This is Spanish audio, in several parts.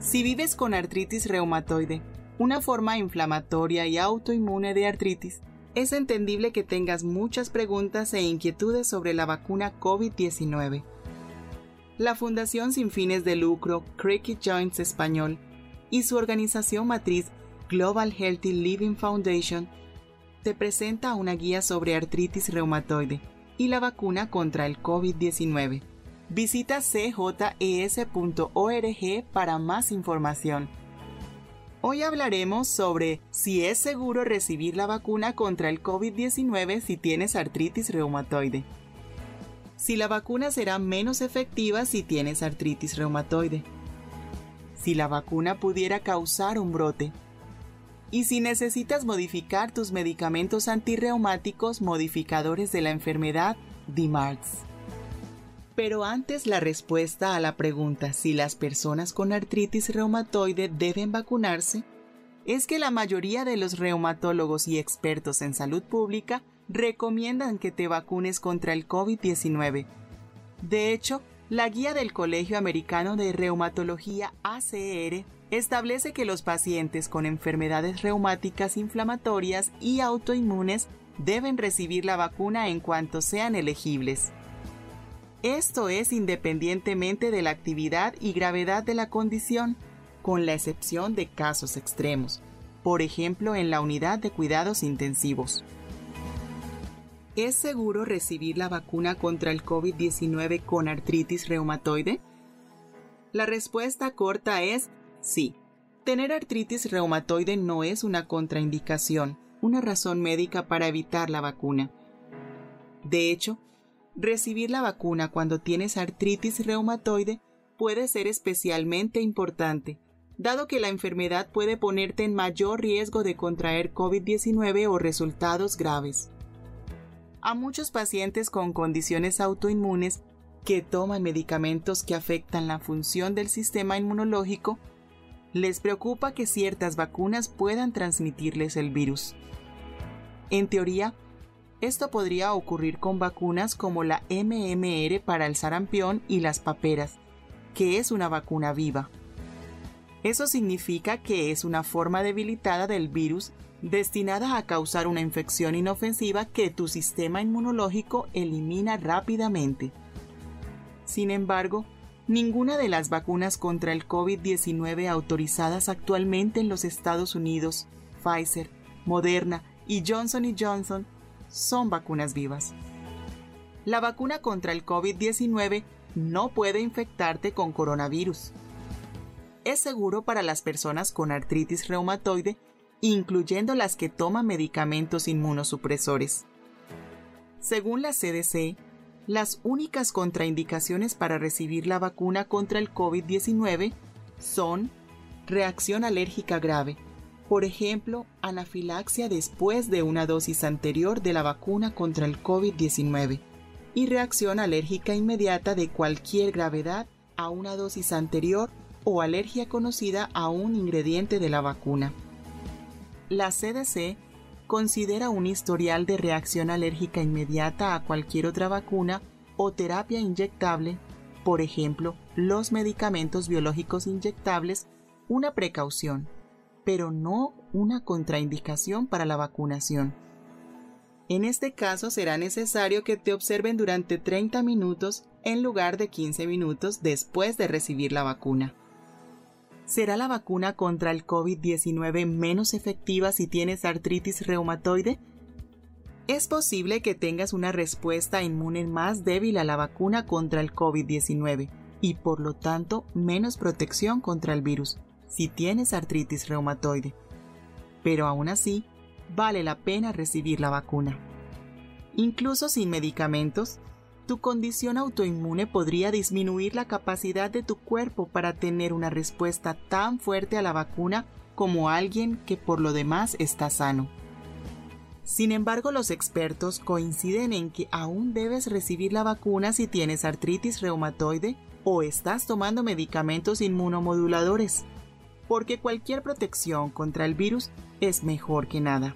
Si vives con artritis reumatoide, una forma inflamatoria y autoinmune de artritis, es entendible que tengas muchas preguntas e inquietudes sobre la vacuna COVID-19. La Fundación sin fines de lucro Cricket Joints Español y su organización matriz Global Healthy Living Foundation te presenta una guía sobre artritis reumatoide y la vacuna contra el COVID-19. Visita cjes.org para más información. Hoy hablaremos sobre si es seguro recibir la vacuna contra el COVID-19 si tienes artritis reumatoide. Si la vacuna será menos efectiva si tienes artritis reumatoide. Si la vacuna pudiera causar un brote. Y si necesitas modificar tus medicamentos antirreumáticos modificadores de la enfermedad DMARDs. Pero antes, la respuesta a la pregunta si las personas con artritis reumatoide deben vacunarse es que la mayoría de los reumatólogos y expertos en salud pública recomiendan que te vacunes contra el COVID-19. De hecho, la guía del Colegio Americano de Reumatología ACR establece que los pacientes con enfermedades reumáticas inflamatorias y autoinmunes deben recibir la vacuna en cuanto sean elegibles. Esto es independientemente de la actividad y gravedad de la condición, con la excepción de casos extremos, por ejemplo en la unidad de cuidados intensivos. ¿Es seguro recibir la vacuna contra el COVID-19 con artritis reumatoide? La respuesta corta es sí. Tener artritis reumatoide no es una contraindicación, una razón médica para evitar la vacuna. De hecho, recibir la vacuna cuando tienes artritis reumatoide puede ser especialmente importante, dado que la enfermedad puede ponerte en mayor riesgo de contraer COVID-19 o resultados graves. A muchos pacientes con condiciones autoinmunes que toman medicamentos que afectan la función del sistema inmunológico, les preocupa que ciertas vacunas puedan transmitirles el virus. En teoría, esto podría ocurrir con vacunas como la MMR para el sarampión y las paperas, que es una vacuna viva. Eso significa que es una forma debilitada del virus destinada a causar una infección inofensiva que tu sistema inmunológico elimina rápidamente. Sin embargo, ninguna de las vacunas contra el COVID-19 autorizadas actualmente en los Estados Unidos, Pfizer, Moderna y Johnson & Johnson, son vacunas vivas. La vacuna contra el COVID-19 no puede infectarte con coronavirus. Es seguro para las personas con artritis reumatoide, incluyendo las que toman medicamentos inmunosupresores. Según la CDC, las únicas contraindicaciones para recibir la vacuna contra el COVID-19 son reacción alérgica grave, por ejemplo, anafilaxia después de una dosis anterior de la vacuna contra el COVID-19 y reacción alérgica inmediata de cualquier gravedad a una dosis anterior o alergia conocida a un ingrediente de la vacuna. La CDC considera un historial de reacción alérgica inmediata a cualquier otra vacuna o terapia inyectable, por ejemplo, los medicamentos biológicos inyectables, una precaución, pero no una contraindicación para la vacunación. En este caso será necesario que te observen durante 30 minutos en lugar de 15 minutos después de recibir la vacuna. ¿Será la vacuna contra el COVID-19 menos efectiva si tienes artritis reumatoide? Es posible que tengas una respuesta inmune más débil a la vacuna contra el COVID-19 y por lo tanto menos protección contra el virus si tienes artritis reumatoide. Pero aún así, vale la pena recibir la vacuna. Incluso sin medicamentos, tu condición autoinmune podría disminuir la capacidad de tu cuerpo para tener una respuesta tan fuerte a la vacuna como alguien que por lo demás está sano. Sin embargo, los expertos coinciden en que aún debes recibir la vacuna si tienes artritis reumatoide o estás tomando medicamentos inmunomoduladores, porque cualquier protección contra el virus es mejor que nada.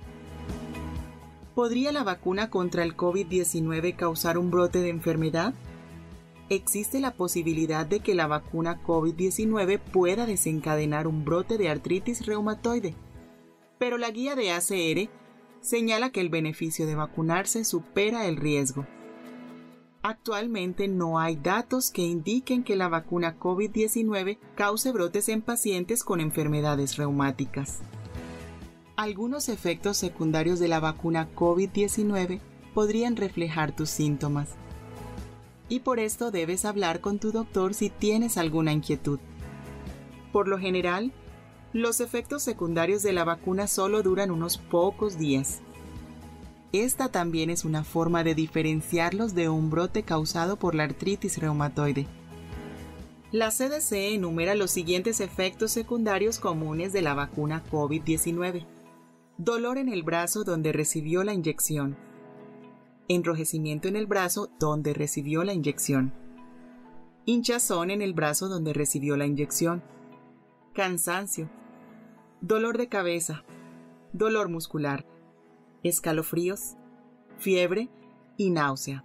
¿Podría la vacuna contra el COVID-19 causar un brote de enfermedad? existe la posibilidad de que la vacuna COVID-19 pueda desencadenar un brote de artritis reumatoide, pero la guía de ACR señala que el beneficio de vacunarse supera el riesgo. Actualmente no hay datos que indiquen que la vacuna COVID-19 cause brotes en pacientes con enfermedades reumáticas. Algunos efectos secundarios de la vacuna COVID-19 podrían reflejar tus síntomas, y por esto debes hablar con tu doctor si tienes alguna inquietud. Por lo general, los efectos secundarios de la vacuna solo duran unos pocos días. Esta también es una forma de diferenciarlos de un brote causado por la artritis reumatoide. La CDC enumera los siguientes efectos secundarios comunes de la vacuna COVID-19. Dolor en el brazo donde recibió la inyección. Enrojecimiento en el brazo donde recibió la inyección. Hinchazón en el brazo donde recibió la inyección. Cansancio. Dolor de cabeza. Dolor muscular. Escalofríos, fiebre y náusea.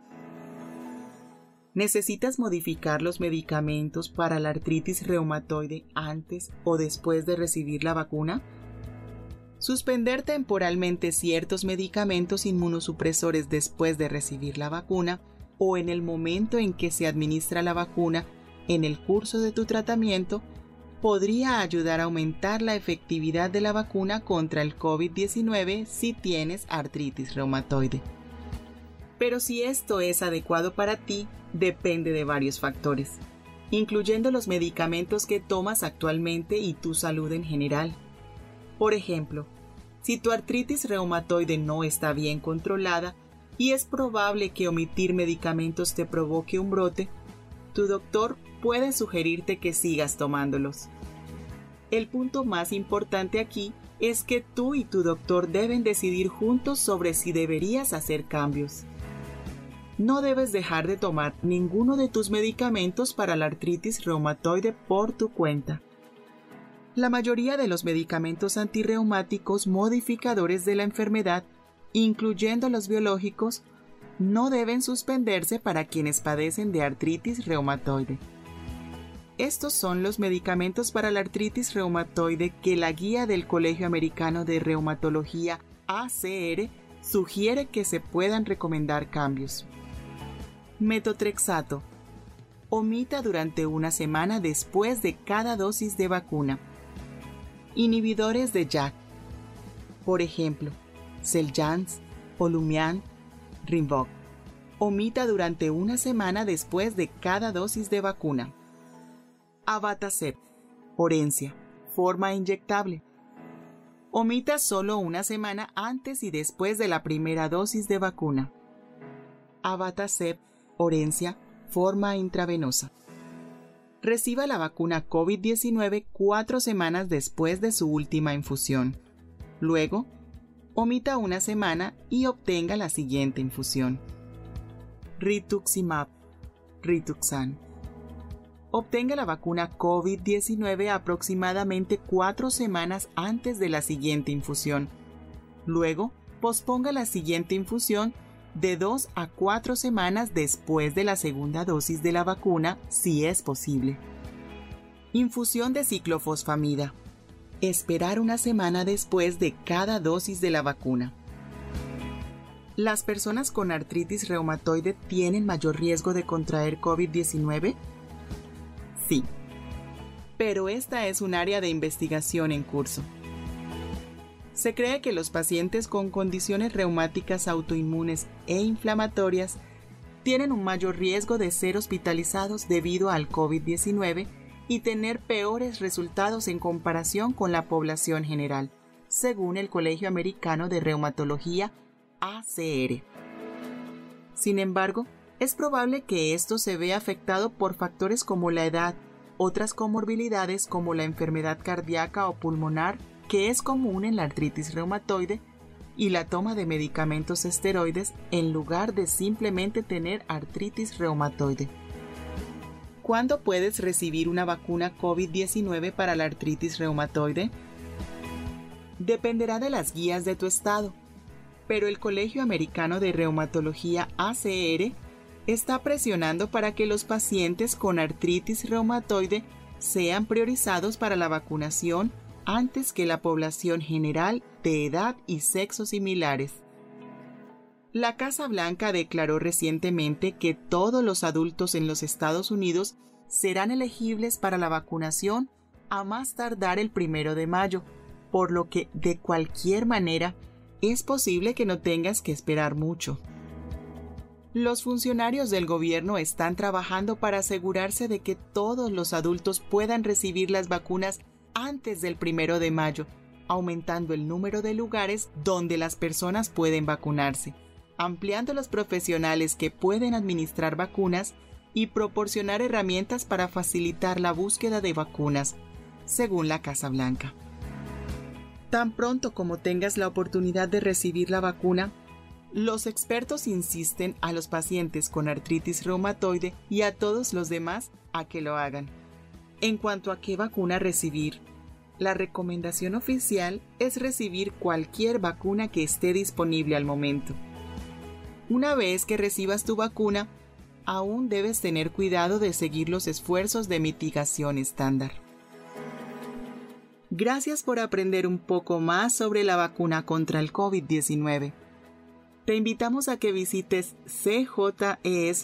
¿Necesitas modificar los medicamentos para la artritis reumatoide antes o después de recibir la vacuna? Suspender temporalmente ciertos medicamentos inmunosupresores después de recibir la vacuna o en el momento en que se administra la vacuna en el curso de tu tratamiento podría ayudar a aumentar la efectividad de la vacuna contra el COVID-19 si tienes artritis reumatoide. Pero si esto es adecuado para ti, depende de varios factores, incluyendo los medicamentos que tomas actualmente y tu salud en general. Por ejemplo, si tu artritis reumatoide no está bien controlada y es probable que omitir medicamentos te provoque un brote, tu doctor puede sugerirte que sigas tomándolos. El punto más importante aquí es que tú y tu doctor deben decidir juntos sobre si deberías hacer cambios. No debes dejar de tomar ninguno de tus medicamentos para la artritis reumatoide por tu cuenta. La mayoría de los medicamentos antirreumáticos modificadores de la enfermedad, incluyendo los biológicos, no deben suspenderse para quienes padecen de artritis reumatoide. Estos son los medicamentos para la artritis reumatoide que la guía del Colegio Americano de Reumatología ACR sugiere que se puedan recomendar cambios. Metotrexato. Omita durante una semana después de cada dosis de vacuna. Inhibidores de JAK. Por ejemplo, Xeljanz, Olumiant, Rinvoq. Omita durante una semana después de cada dosis de vacuna. Abatacept, Orencia, forma inyectable. Omita solo una semana antes y después de la primera dosis de vacuna. Abatacept, Orencia, forma intravenosa. Reciba la vacuna COVID-19 4 semanas después de su última infusión. Luego, omita una semana y obtenga la siguiente infusión. Rituximab, Rituxan. Obtenga la vacuna COVID-19 aproximadamente 4 semanas antes de la siguiente infusión. Luego, posponga la siguiente infusión de 2 a 4 semanas después de la segunda dosis de la vacuna, si es posible. Infusión de ciclofosfamida. Esperar una semana después de cada dosis de la vacuna. ¿Las personas con artritis reumatoide tienen mayor riesgo de contraer COVID-19? Sí, pero esta es un área de investigación en curso. Se cree que los pacientes con condiciones reumáticas autoinmunes e inflamatorias tienen un mayor riesgo de ser hospitalizados debido al COVID-19 y tener peores resultados en comparación con la población general, según el Colegio Americano de Reumatología ACR. Sin embargo, es probable que esto se vea afectado por factores como la edad, otras comorbilidades como la enfermedad cardíaca o pulmonar, que es común en la artritis reumatoide, y la toma de medicamentos esteroides en lugar de simplemente tener artritis reumatoide. ¿Cuándo puedes recibir una vacuna COVID-19 para la artritis reumatoide? Dependerá de las guías de tu estado, pero el Colegio Americano de Reumatología ACR está presionando para que los pacientes con artritis reumatoide sean priorizados para la vacunación antes que la población general de edad y sexo similares. La Casa Blanca declaró recientemente que todos los adultos en los Estados Unidos serán elegibles para la vacunación a más tardar el 1 de mayo, por lo que, de cualquier manera, es posible que no tengas que esperar mucho. Los funcionarios del gobierno están trabajando para asegurarse de que todos los adultos puedan recibir las vacunas antes del 1 de mayo, aumentando el número de lugares donde las personas pueden vacunarse, ampliando los profesionales que pueden administrar vacunas y proporcionar herramientas para facilitar la búsqueda de vacunas, según la Casa Blanca. Tan pronto como tengas la oportunidad de recibir la vacuna, los expertos insisten a los pacientes con artritis reumatoide y a todos los demás a que lo hagan. En cuanto a qué vacuna recibir, la recomendación oficial es recibir cualquier vacuna que esté disponible al momento. Una vez que recibas tu vacuna, aún debes tener cuidado de seguir los esfuerzos de mitigación estándar. Gracias por aprender un poco más sobre la vacuna contra el COVID-19. Te invitamos a que visites cjes.org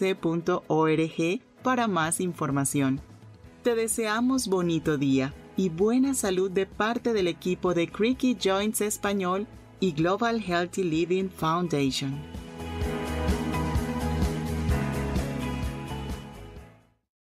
para más información. Te deseamos bonito día y buena salud de parte del equipo de Creaky Joints Español y Global Healthy Living Foundation.